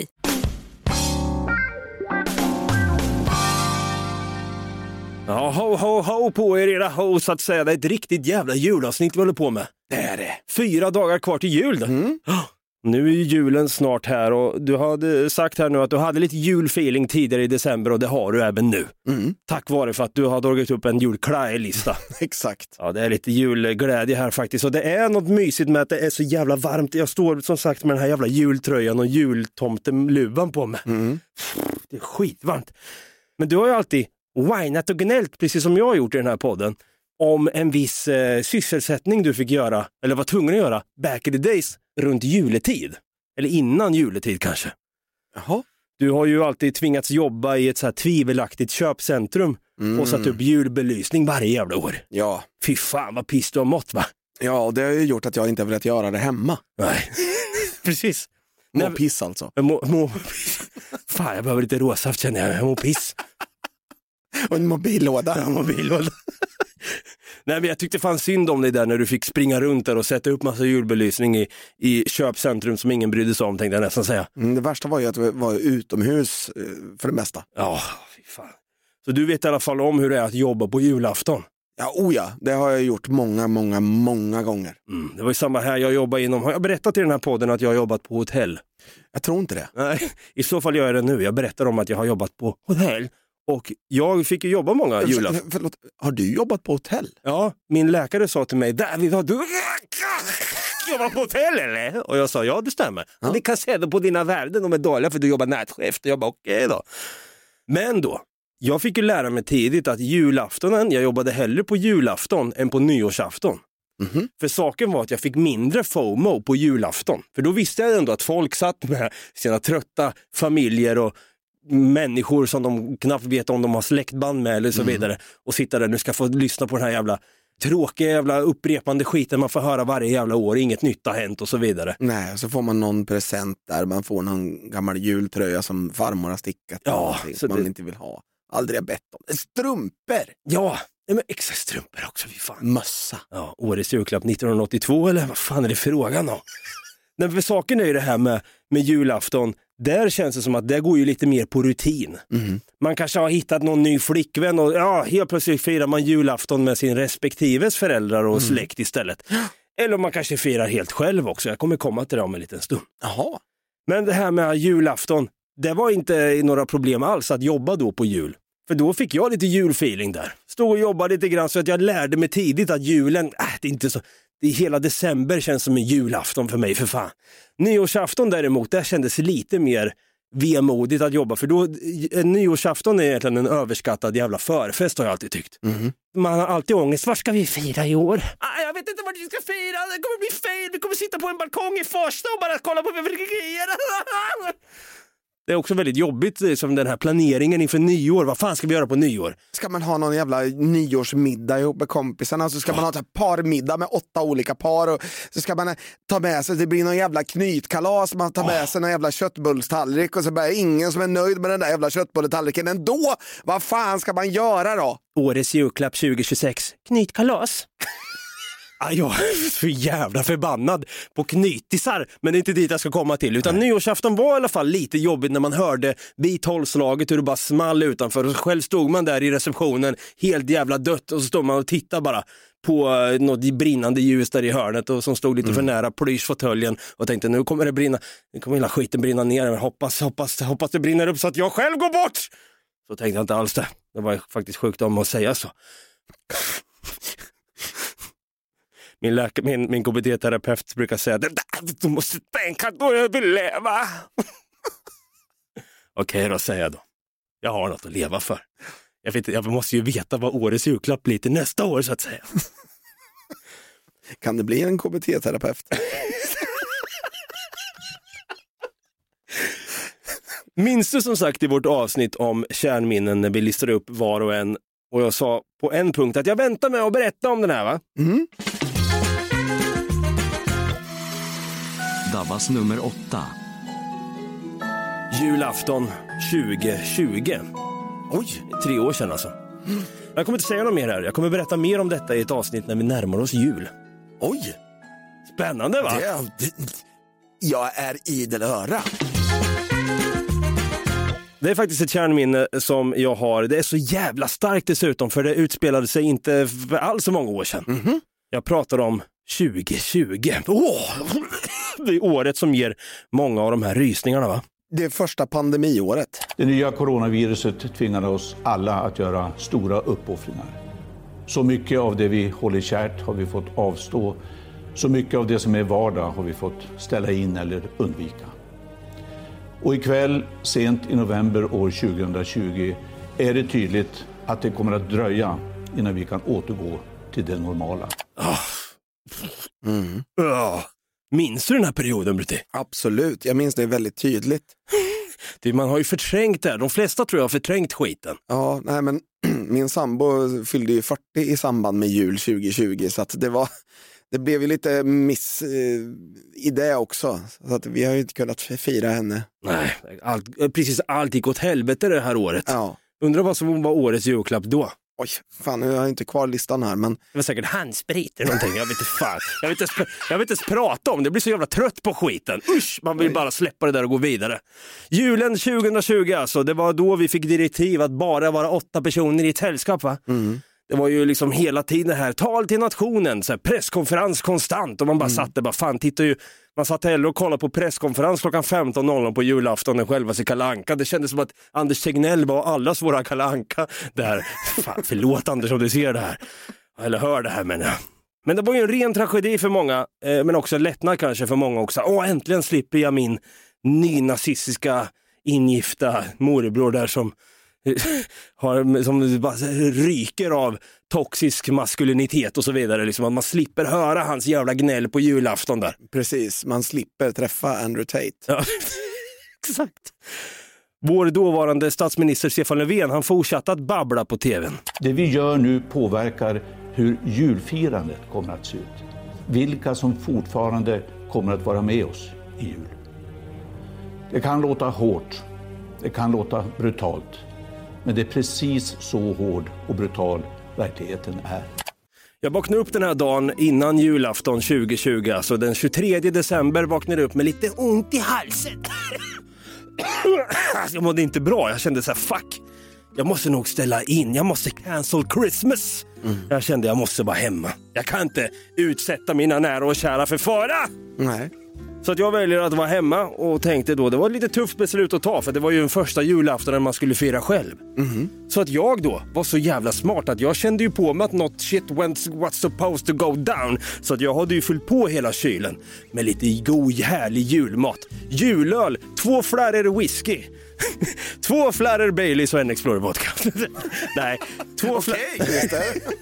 Ja, ho, ho, ho på er era ho, så att säga. Det är ett riktigt jävla julavsnitt vi håller på med. Det är det. Fyra dagar kvar till jul. Mm. Nu är ju julen snart här och du hade sagt här nu att du hade lite julfeeling tidigare i december och det har du även nu. Mm. Tack vare för att du har dragit upp en julklajelista. Exakt. Ja, det är lite julglädje här faktiskt och det är något mysigt med att det är så jävla varmt. Jag står som sagt med den här jävla jultröjan och jultomteluvan på mig. Mm. Det är skitvarmt. Men du har ju alltid whinat och gnällt, precis som jag har gjort i den här podden, om en viss eh, sysselsättning du fick göra, eller var tvungen att göra, back in the days, runt juletid. Eller innan juletid kanske. Jaha. Du har ju alltid tvingats jobba i ett så här tvivelaktigt köpcentrum Mm. och satt upp julbelysning varje jävla år. Ja. Fy fan vad piss du har mått, va? Ja, och det har ju gjort att jag inte har velat göra det hemma. Nej, precis. Må Nej, piss alltså. jag må, må, fan, jag behöver lite råsaft känner jag. Jag mår piss. Och en mobillåda. Ja, mobillåda. Nej, men jag tyckte fan synd om dig där när du fick springa runt där och sätta upp massa julbelysning i, i köpcentrum som ingen brydde sig om, tänkte jag nästan säga. Mm, det värsta var ju att det var utomhus eh, för det mesta. Ja, fy fan. Så du vet i alla fall om hur det är att jobba på julafton. Ja, oh ja, det har jag gjort många, många, många gånger. Mm, det var ju samma här, jag jobbar inom, har jag berättat i den här podden att jag har jobbat på hotell? Jag tror inte det. Nej, i så fall gör jag det nu. Jag berättar om att jag har jobbat på hotell. Och jag fick ju jobba många För, julafton. för, förlåt, har du jobbat på hotell? Ja, min läkare sa till mig, David, har du jobbat på hotell eller? Och jag sa, ja det stämmer. Ja. Vi kan se det på dina värden, de är dåliga för du jobbar nätchef. Jag bara, okej okay då. Men då, jag fick ju lära mig tidigt att julaftonen, jag jobbade hellre på julafton än på nyårsafton. Mm-hmm. För saken var att jag fick mindre FOMO på julafton. För då visste jag ändå att folk satt med sina trötta familjer och människor som de knappt vet om de har släktband med eller så Mm. vidare. Och sitta där, nu ska få lyssna på den här jävla tråkiga jävla upprepande skiten man får höra varje jävla år. Inget nytt har hänt och så vidare. Nej, så får man någon present där. Man får någon gammal jultröja som farmor har stickat. Ja, så så man det- inte vill ha. Aldrig har bett om. Strumpor! Ja, nej, men extra strumpor också, fy fan. Mössa. Ja, årets julklapp nittonhundraåttiotvå eller vad fan är det frågan om? Men för saken är ju det här med, med julafton. Där känns det som att det går ju lite mer på rutin. Mm. Man kanske har hittat någon ny flickvän och ja, helt plötsligt firar man julafton med sin respektives föräldrar och mm. släkt istället. Eller man kanske firar helt själv också. Jag kommer komma till det om en liten stund. Jaha. Men det här med julafton, det var inte några problem alls att jobba då på jul. För då fick jag lite julfeeling där. Stod och jobbade lite grann så att jag lärde mig tidigt att julen, äh, det är inte så... Det hela december känns som en julafton för mig, för fan. Nyårsafton däremot, där kändes lite mer vemodigt att jobba. För då, nyårsafton är egentligen en överskattad jävla förfest har jag alltid tyckt. Mm. Man har alltid ångest, vad ska vi fira i år? Ah, jag vet inte vad vi ska fira, det kommer bli fel. Vi kommer sitta på en balkong i Farsta och bara kolla på fyrverkerier. Det är också väldigt jobbigt som den här planeringen inför nyår. Vad fan ska vi göra på nyår? Ska man ha någon jävla nyårsmiddag ihop med kompisarna, så ska man ha ett parmiddag med åtta olika par, och så ska man ta med sig, det blir någon jävla knytkalas, man tar med sig någon jävla köttbullstallrik och så bara ingen som är nöjd med den där jävla köttbullstallriken ändå. Vad fan ska man göra då? Årets julklapp tjugo tjugosex, knytkalas. Ah, jag är så jävla förbannad på knytisar, men det är inte dit jag ska komma till. Utan Nej. Nyårsafton var i alla fall lite jobbigt när man hörde bitolvslaget, hur det bara small utanför. Och själv stod man där i receptionen helt jävla dött, och så stod man och tittade bara på något brinnande ljus där i hörnet och som stod lite mm. för nära plyschfåtöljen och tänkte nu kommer det brinna, nu kommer hela skiten brinna ner, men hoppas, hoppas, hoppas det brinner upp så att jag själv går bort. Så tänkte jag inte alls det. Det var faktiskt sjukt om att säga så. Min, läka, min, min K B T-terapeut brukar säga att du måste tänka att du överleva. Okej okay, då, säger jag då. Jag har något att leva för. Jag, vet, jag måste ju veta vad årets julklapp blir till nästa år, så att säga. Kan det bli en K B T-terapeut? Minns du som sagt i vårt avsnitt om kärnminnen när vi listade upp var och en, och jag sa på en punkt att jag väntar med att berätta om den här, va? Mm. Dabbas nummer åtta. Julafton tjugo tjugo. Oj, tre år sedan alltså. Mm. Jag kommer inte säga något mer här. Jag kommer berätta mer om detta i ett avsnitt när vi närmar oss jul. Oj. Spännande, va? Det, det, jag är idel öra. Det är faktiskt ett kärnminne som jag har. Det är så jävla starkt dessutom, för det utspelade sig inte för alls så många år sedan. Mm-hmm. Jag pratar om tjugo tjugo. Åh! Det är året som ger många av de här rysningarna, va? Det är första pandemiåret. Det nya coronaviruset tvingade oss alla att göra stora uppoffringar. Så mycket av det vi håller kärt har vi fått avstå. Så mycket av det som är vardag har vi fått ställa in eller undvika. Och ikväll, sent i november år tjugohundratjugo, är det tydligt att det kommer att dröja innan vi kan återgå till det normala. Oh. Mm. Oh. Minns du den här perioden, Brutti? Absolut, jag minns det väldigt tydligt. Det, man har ju förträngt det. De flesta tror jag har förträngt skiten. Ja, nej men min sambo fyllde ju fyrtio i samband med jul tjugo tjugo, så att det var... Det blev ju lite miss eh, i det också. Så att vi har ju inte kunnat fira henne. Nej, allt, precis allt gick åt helvete det här året. Ja. Undrar vad som var årets julklapp då? Oj, fan, jag har inte kvar listan här, men... Det var säkert handsprit eller någonting, jag vet inte fan. Jag vet inte, jag vet inte ens prata om det, jag blir så jävla trött på skiten. Usch, man vill bara släppa det där och gå vidare. Julen tjugohundratjugo alltså, det var då vi fick direktiv att bara vara åtta personer i ett sällskap, va? Mm. Det var ju liksom hela tiden här, tal till nationen, så här, presskonferens konstant, och man bara mm. satt där, bara fan, tittar ju, man satt hellre och kollade på presskonferens klockan femton noll noll på julafton än själva sig Kalle Anka. Det kändes som att Anders Tegnell var allas våra Kalle Anka där. Fan, förlåt Anders om du ser det här, eller hör det här, men ja. Men det var ju en ren tragedi för många, eh, men också en lättnad kanske för många också. Åh, äntligen slipper jag min nynazistiska ingifta morbror där som har, som bara ryker av toxisk maskulinitet och så vidare, liksom att man slipper höra hans jävla gnäll på julafton där. Precis, man slipper träffa Andrew Tate. Ja, exakt. Vår dåvarande statsminister Stefan Löfven, han fortsatte att babbla på tvn. Det vi gör nu påverkar hur julfirandet kommer att se ut. Vilka som fortfarande kommer att vara med oss i jul. Det kan låta hårt, det kan låta brutalt. Men det är precis så hård och brutal verkligheten är. Jag vaknade upp den här dagen innan julafton tjugo tjugo, alltså den tjugotredje december vaknade jag upp med lite ont i halsen. Jag mådde inte bra, jag kände så här, fuck. Jag måste nog ställa in, jag måste cancel Christmas. Mm. Jag kände jag måste vara hemma. Jag kan inte utsätta mina nära och kära för fara. Nej. Så att jag väljer att vara hemma och tänkte då, det var ett lite tufft beslut att ta för det var ju den första julaftonen man skulle fira själv. Mm. Så att jag då var så jävla smart att jag kände ju på mig att något shit went what's supposed to go down. Så att jag hade ju fyllt på hela kylen med lite god härlig julmat. Julöl, två fladdor whisky. Två fladdor Baileys och en Explorer vodka. Nej, två fladdor.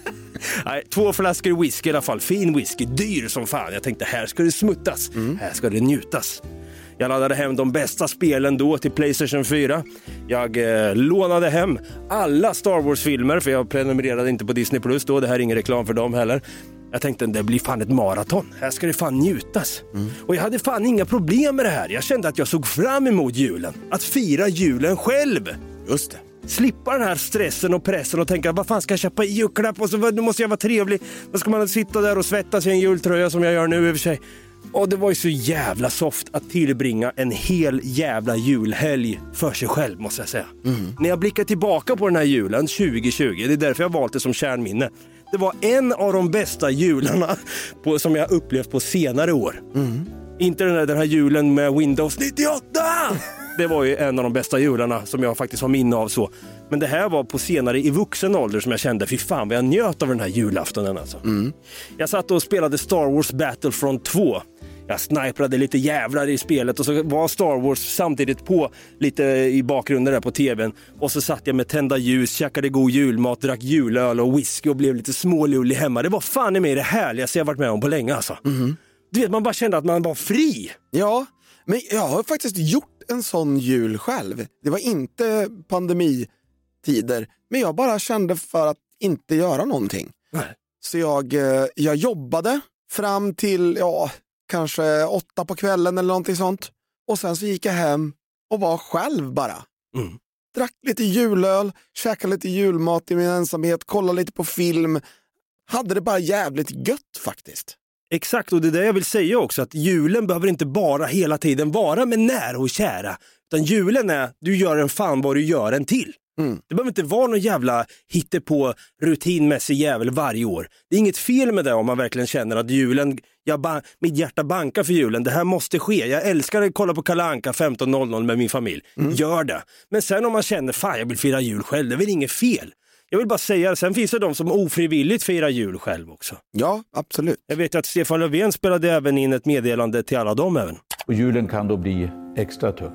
Nej, två flaskor whisky i alla fall. Fin whisky, dyr som fan. Jag tänkte, här ska det smuttas. Mm. Här ska det njutas. Jag laddade hem de bästa spelen då till PlayStation fyra. Jag eh, lånade hem alla Star Wars-filmer, för jag prenumererade inte på Disney Plus då. Det här är ingen reklam för dem heller. Jag tänkte, det blir fan ett maraton. Här ska det fan njutas. Mm. Och jag hade fan inga problem med det här. Jag kände att jag såg fram emot julen. Att fira julen själv. Just det. Slippa den här stressen och pressen och tänka, vad fan ska jag köpa i julklapp? Och så nu måste jag vara trevlig. Då ska man sitta där och svettas i en jultröja som jag gör nu i och för sig. Och det var ju så jävla soft att tillbringa en hel jävla julhelg för sig själv, måste jag säga. Mm. När jag blickar tillbaka på den här julen tjugo tjugo, det är därför jag valt det som kärnminne. Det var en av de bästa jularna på, som jag upplevt på senare år. Mm. Inte den här, den här julen med Windows nittioåtta! Det var ju en av de bästa jularna som jag faktiskt har minne av så. Men det här var på senare i vuxen ålder som jag kände, fy fan vad jag njöt av den här julaftonen alltså. Mm. Jag satt och spelade Star Wars Battlefront två. Jag sniprade lite jävlar i spelet och så var Star Wars samtidigt på lite i bakgrunden där på tvn. Och så satt jag med tända ljus, käkade god julmat, drack julöl och whisky och blev lite smålullig hemma. Det var fan i mig det härligaste jag varit med om på länge alltså. Mm. Du vet, man bara kände att man var fri. Ja, men jag har faktiskt gjort en sån jul själv. Det var inte pandemitider, men jag bara kände för att inte göra någonting. Nej. Så jag, jag jobbade fram till, ja, kanske åtta på kvällen eller någonting sånt. Och sen så gick jag hem och var själv bara. Mm. Drack lite julöl, käkade lite julmat i min ensamhet, kollade lite på film. Hade det bara jävligt gött faktiskt. Exakt, och det är det jag vill säga också, att julen behöver inte bara hela tiden vara med nära och kära. Utan julen är, du gör en fan vad du gör en till. Mm. Det behöver inte vara någon jävla hittepå rutinmässig jävel varje år. Det är inget fel med det om man verkligen känner att julen, jag ba, mitt hjärta bankar för julen. Det här måste ske. Jag älskar att kolla på Kalle Anka femton noll noll med min familj. Mm. Gör det. Men sen om man känner, fan jag vill fira jul själv, det är väl inget fel. Jag vill bara säga, sen finns det de som ofrivilligt firar jul själv också. Ja, absolut. Jag vet att Stefan Löfven spelade även in ett meddelande till alla dem även. Och julen kan då bli extra tung.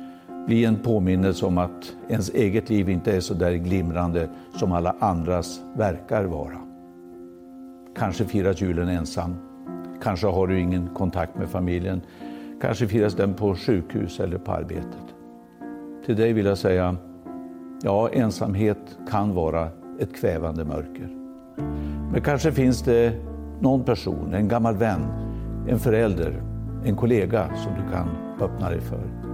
Bli en påminnelse om att ens eget liv inte är så där glimrande som alla andras verkar vara. Kanske firas julen ensam. Kanske har du ingen kontakt med familjen. Kanske firas den på sjukhus eller på arbetet. Till dig vill jag säga, ja, ensamhet kan vara ett kvävande mörker. Men kanske finns det någon person, en gammal vän, en förälder, en kollega som du kan öppna dig för.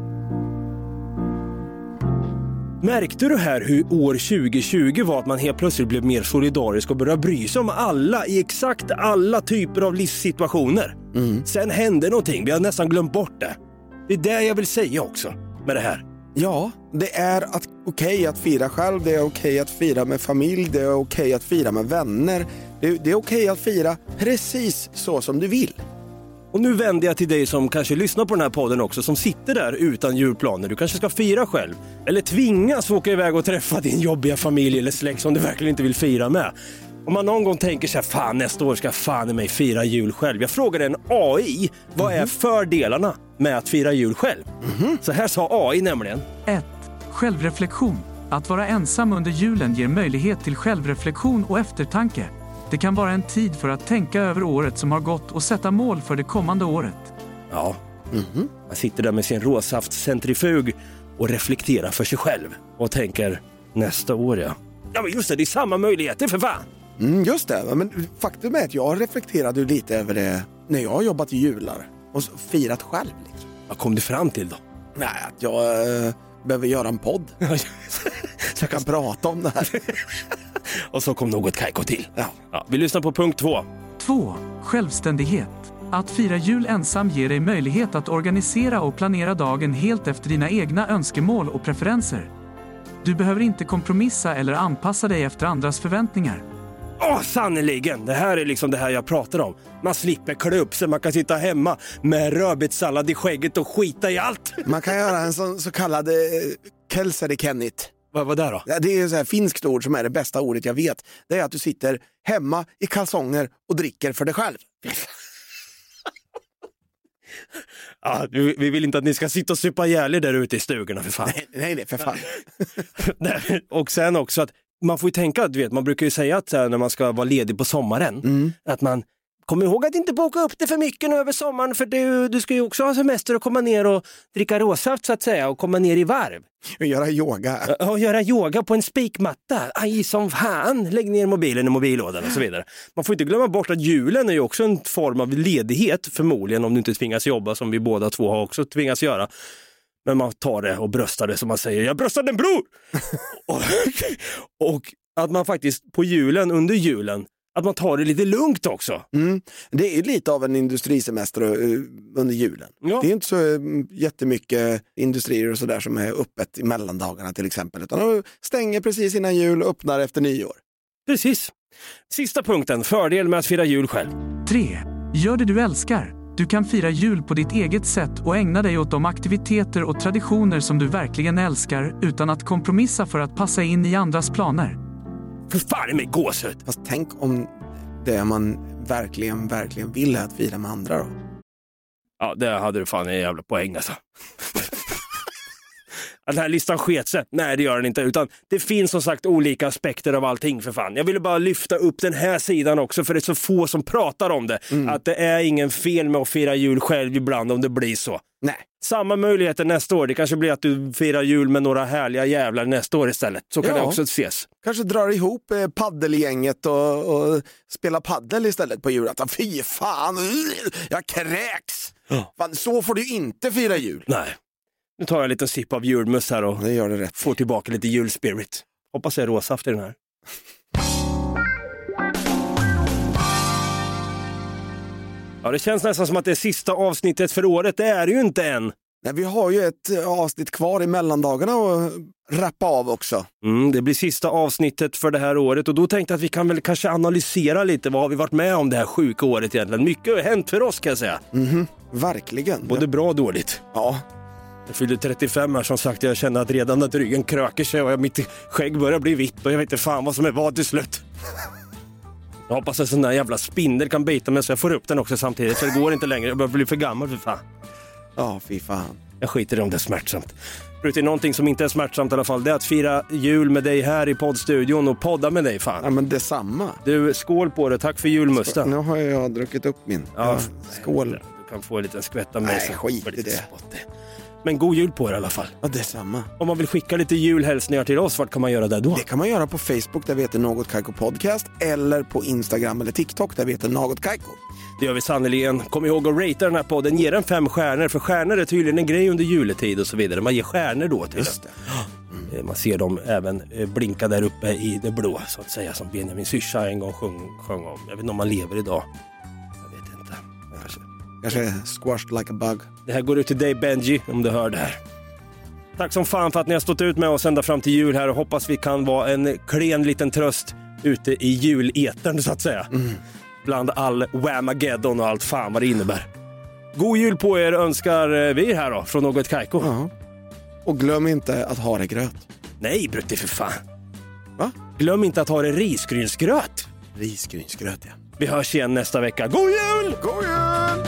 Märkte du här hur år tjugo tjugo var att man helt plötsligt blev mer solidarisk och började bry sig om alla i exakt alla typer av livssituationer? Mm. Sen hände någonting, vi har nästan glömt bort det. Det är det jag vill säga också med det här. Ja, det är att okej okay att fira själv, det är okej okay att fira med familj, det är okej okay att fira med vänner. Det, det är okej okay att fira precis så som du vill. Och nu vänder jag till dig som kanske lyssnar på den här podden också, som sitter där utan julplaner. Du kanske ska fira själv. Eller tvingas åka iväg och träffa din jobbiga familj eller släkt som du verkligen inte vill fira med. Om man någon gång tänker sig, fan nästa år ska fan i mig fira jul själv. Jag frågade en A I, vad är fördelarna med att fira jul själv? Mm-hmm. Så här sa A I nämligen. ett. Självreflektion. Att vara ensam under julen ger möjlighet till självreflektion och eftertanke. Det kan vara en tid för att tänka över året som har gått och sätta mål för det kommande året. Ja, mm-hmm. Man sitter där med sin råsaftcentrifug och reflekterar för sig själv. Och tänker, nästa år ja. Ja men just det, det är samma möjligheter för fan. Mm, just det, men faktum är att jag reflekterade lite över det när jag har jobbat i jular och firat själv. Liksom. Vad kom du fram till då? Nej, att jag äh, behöver göra en podd. Så jag kan prata om det här. Och så kom något Kaiko till. Ja. Ja, vi lyssnar på punkt två. två. Självständighet. Att fira jul ensam ger dig möjlighet att organisera och planera dagen helt efter dina egna önskemål och preferenser. Du behöver inte kompromissa eller anpassa dig efter andras förväntningar. Åh, sannoliken. Det här är liksom det här jag pratar om. Man slipper klä upp sig, man kan sitta hemma med rödbetssallad i skägget och skita i allt. Man kan göra en så, så kallad eh, kälsarikennit. Vad var det då? Det är ett så här finskt ord som är det bästa ordet jag vet. Det är att du sitter hemma i kalsonger och dricker för dig själv. Ja, vi vill inte att ni ska sitta och supa ihjäl er där ute i stugorna för fan. Nej, nej, nej för fan. Och sen också att man får ju tänka, du vet, man brukar ju säga att så här, när man ska vara ledig på sommaren, mm. att man kommer ihåg att inte boka upp det för mycket nu över sommaren, för du, du ska ju också ha semester och komma ner och dricka råsaft så att säga och komma ner i varv. Och göra yoga. Ja, och göra yoga på en spikmatta. Aj som fan, lägg ner mobilen i mobillådan och så vidare. Man får inte glömma bort att julen är ju också en form av ledighet förmodligen, om du inte tvingas jobba som vi båda två har också tvingats göra. Men man tar det och bröstar det som man säger, jag bröstade en bror! och, och att man faktiskt på julen, under julen, att man tar det lite lugnt också. Mm. Det är lite av en industrisemester under julen. Ja. Det är inte så jättemycket industrier och sådär som är öppet i mellandagarna till exempel. Utan de stänger precis innan jul och öppnar efter nyår. Precis. Sista punkten, fördel med att fira jul själv. tre. Gör det du älskar. Du kan fira jul på ditt eget sätt och ägna dig åt de aktiviteter och traditioner som du verkligen älskar utan att kompromissa för att passa in i andras planer. För fan är mig gåshud. Fast tänk om det man verkligen, verkligen vill är att fira med andra då. Ja, det hade du fan en jävla poäng alltså. Den här listan sket sig. Nej, det gör den inte. Utan det finns som sagt olika aspekter av allting för fan. Jag ville bara lyfta upp den här sidan också, för det är så få som pratar om det. Mm. Att det är ingen fel med att fira jul själv ibland om det blir så. Nej. Samma möjligheter nästa år. Det kanske blir att du firar jul med några härliga jävlar nästa år istället. Så kan ja. det också ses. Kanske drar ihop eh, paddelgänget och, och spelar paddel istället på julen. Fy fan, jag kräks. Ja. Fan, så får du inte fira jul. Nej. Nu tar jag en liten sipp av julmust här och det gör det rätt. får tillbaka lite julspirit. Hoppas jag är råsaft i den här. Ja, det känns nästan som att det är sista avsnittet för året. Det är det ju inte än. Nej, vi har ju ett avsnitt kvar i mellandagarna och rappa av också. Mm, det blir sista avsnittet för det här året och då tänkte jag att vi kan väl kanske analysera lite vad har vi varit med om det här sjuka året egentligen. Mycket har hänt för oss kan jag säga. Mhm, verkligen. Både bra och dåligt. Ja. Jag fyllde trettiofem här som sagt, jag känner att redan att ryggen kröker sig och mitt skägg börjar bli vitt och jag vet inte fan vad som är vad till slut. Jag hoppas att en sån där jävla spindel kan bita mig så jag får upp den också samtidigt, för det går inte längre, jag börjar bli för gammal för fan. Ja, fy fan. Jag skiter i om det är smärtsamt. Förutom någonting som inte är smärtsamt i alla fall, det är att fira jul med dig här i poddstudion och podda med dig fan. Ja, men detsamma. Du, skål på det, tack för julmusten. Nu har jag druckit upp min. Ja, skål. Du kan få en liten skvätt av mig. Nej, skit i det. Men god jul på er i alla fall. Ja, detsamma. Om man vill skicka lite julhälsningar till oss, vart kan man göra det då? Det kan man göra på Facebook, där vi heter Något Kaiko Podcast, eller på Instagram eller TikTok, där vi heter Något Kaiko. Det gör vi sannoliken. Kom ihåg att ratea den här podden, ge den fem stjärnor, för stjärnor är tydligen en grej under juletid och så vidare. Man ger stjärnor då till Just det. Mm. Man ser dem även blinka där uppe i det blå, så att säga, som Benjamin Syrsa en gång sjöng, sjöng om. Jag vet inte om man lever idag. Jag vet inte. Kanske. Kanske squashed like a bug. Det här går ut till dig, Benji, om du hör det här. Tack som fan för att ni har stått ut med oss ända fram till jul här och hoppas vi kan vara en klen liten tröst ute i juletern så att säga. Mm. Bland all Whamageddon och allt fan vad det innebär. God jul på er önskar vi här då, från Något Kaiko. Ja. Och glöm inte att ha det gröt. Nej, Brutti för fan. Va? Glöm inte att ha det risgrynsgröt. Risgrynsgröt, ja. Vi hörs igen nästa vecka. God jul! God jul!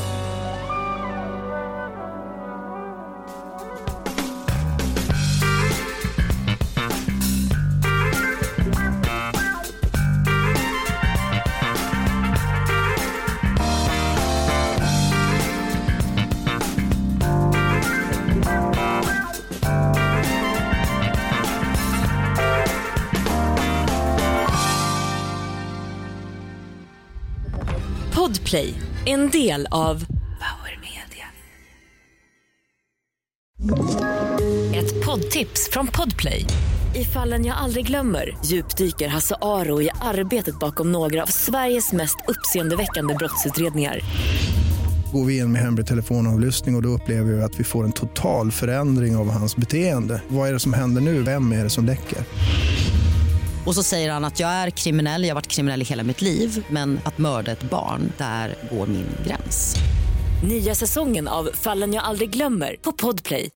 Podplay, en del av Power Media. Ett poddtips från Podplay. I Fallen jag aldrig glömmer djupdyker Hasse Aro i arbetet bakom några av Sveriges mest uppseendeväckande brottsutredningar. Går vi in med hemlig telefonavlyssning och, och då upplever vi att vi får en total förändring av hans beteende. Vad är det som händer nu? Vem är det som läcker? Och så säger han att jag är kriminell, jag har varit kriminell i hela mitt liv. Men att mörda ett barn, där går min gräns. Nya säsongen av Fallen jag aldrig glömmer på Podplay.